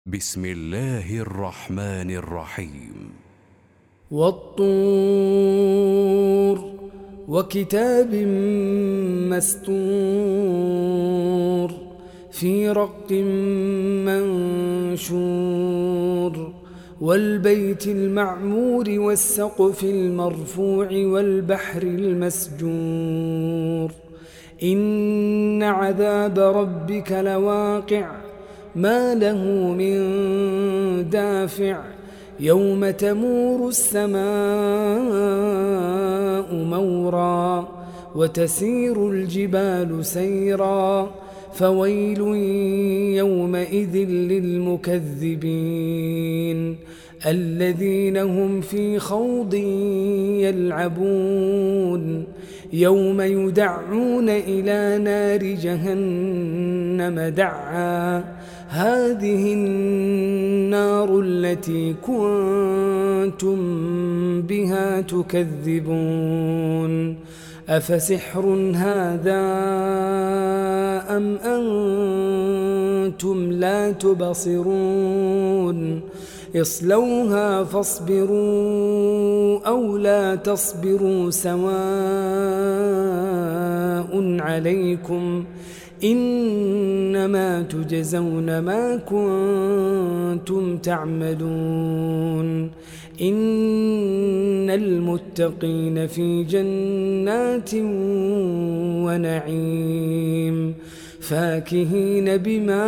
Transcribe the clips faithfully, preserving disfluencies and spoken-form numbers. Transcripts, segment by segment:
بسم الله الرحمن الرحيم. والطور وكتاب مسطور في رق منشور والبيت المعمور والسقف المرفوع والبحر المسجور إن عذاب ربك لواقع ما له من دافع يوم تمور السماء مورا وتسير الجبال سيرا فويل يومئذ للمكذبين الذين هم في خوض يلعبون يوم يدعون إلى نار جهنم دعا هذه النار التي كنتم بها تكذبون أفسحر هذا أم أنتم لا تبصرون اصلوها فاصبروا أو لا تصبروا سواء عليكم إنما تجزون ما كنتم تعملون إن المتقين في جنات ونعيم فاكهين بما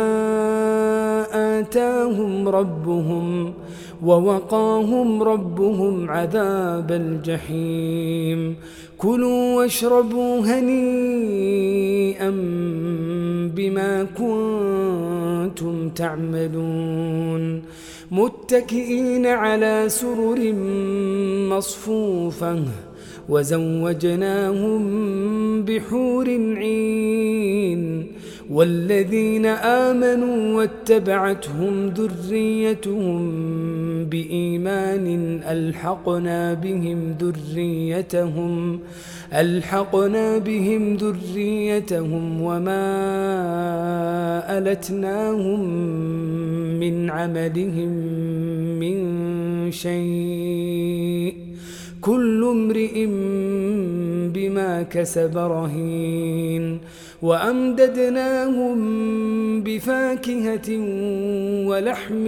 آتاهم ربهم ووقاهم ربهم عذاب الجحيم كلوا واشربوا هنيئا بما كنتم تعملون متكئين على سرر مصفوفة وزوجناهم بحور عين والذين آمنوا واتبعتهم ذريتهم بإيمان ألحقنا بهم ذريتهم ألحقنا بهم ذريتهم وما ألتناهم من عملهم من شيء كل امرئ بما كسب رهين وأمددناهم بفاكهة ولحم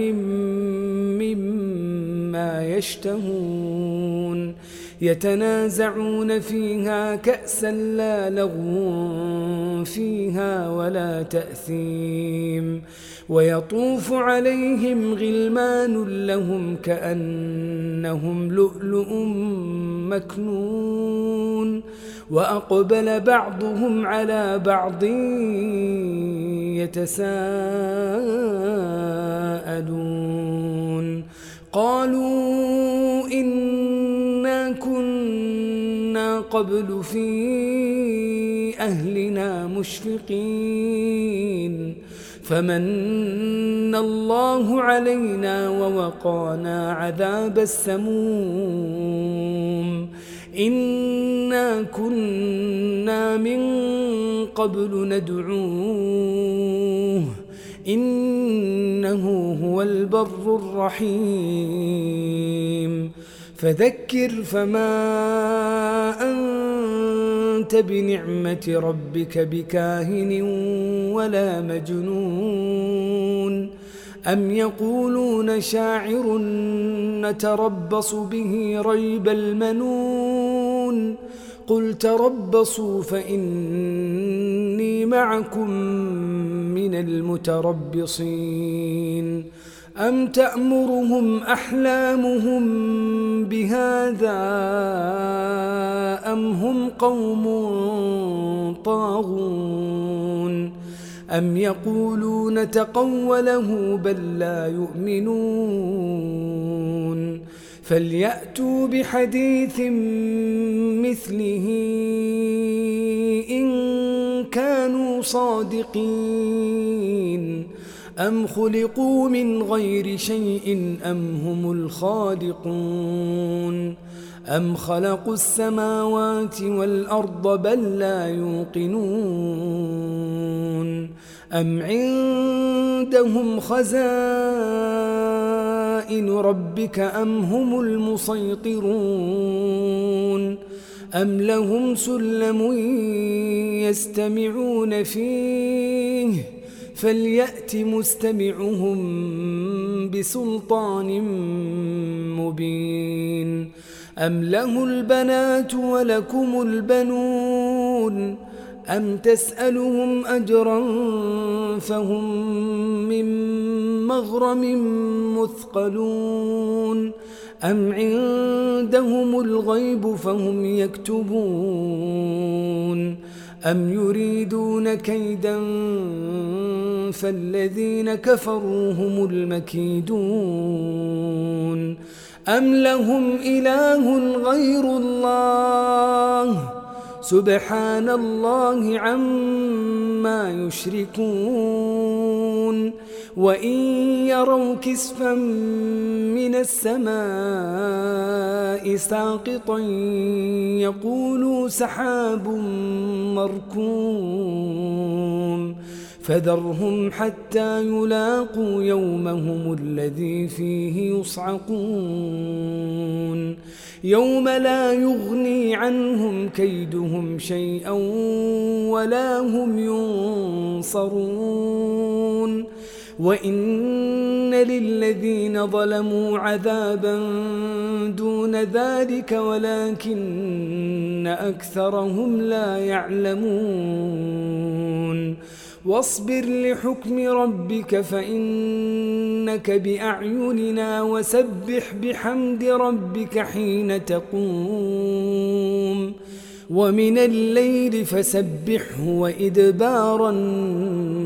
مما يشتهون يتنازعون فيها كأسا لا لغو فيها ولا تأثيم ويطوف عليهم غلمان لهم كأنهم لؤلؤ مكنون وأقبل بعضهم على بعض يتساءلون قالوا إنا كنا قبل في أهلنا مشفقين فمن الله علينا ووقانا عذاب السموم إنا كنا من قبل ندعوه إنه هو البر الرحيم فذكر فما أنت بنعمة ربك بكاهن ولا مجنون أم يقولون شاعر نتربص به ريب المنون قل تربصوا فإني معكم من المتربصين أم تأمرهم أحلامهم بهذا أم هم قوم طاغون أم يقولون تقوله بل لا يؤمنون فليأتوا بحديث مثله إن كانوا صادقين أم خلقوا من غير شيء أم هم الخالقون أم خلقوا السماوات والأرض بل لا يوقنون أم عندهم خزائن ربك أم هم المسيطرون أم لهم سلم يستمعون فيه فليأت مستمعهم بسلطان مبين أم له البنات ولكم البنون أم تسألهم أجرا فهم من مغرم مثقلون أم عندهم الغيب فهم يكتبون أم يريدون كيدا فالذين كفروا هم المكيدون أم لهم إله غير الله سبحان الله عما يشركون وإن يروا كسفا من السماء ساقطا يقولوا سحاب مركوم فذرهم حتى يلاقوا يومهم الذي فيه يصعقون يوم لا يغني عنهم كيدهم شيئا ولا هم ينصرون وإن للذين ظلموا عذابا دون ذلك ولكن أكثرهم لا يعلمون واصبر لحكم ربك فإنك بأعيننا وسبح بحمد ربك حين تقوم ومن الليل فسبحه وإدبار النجوم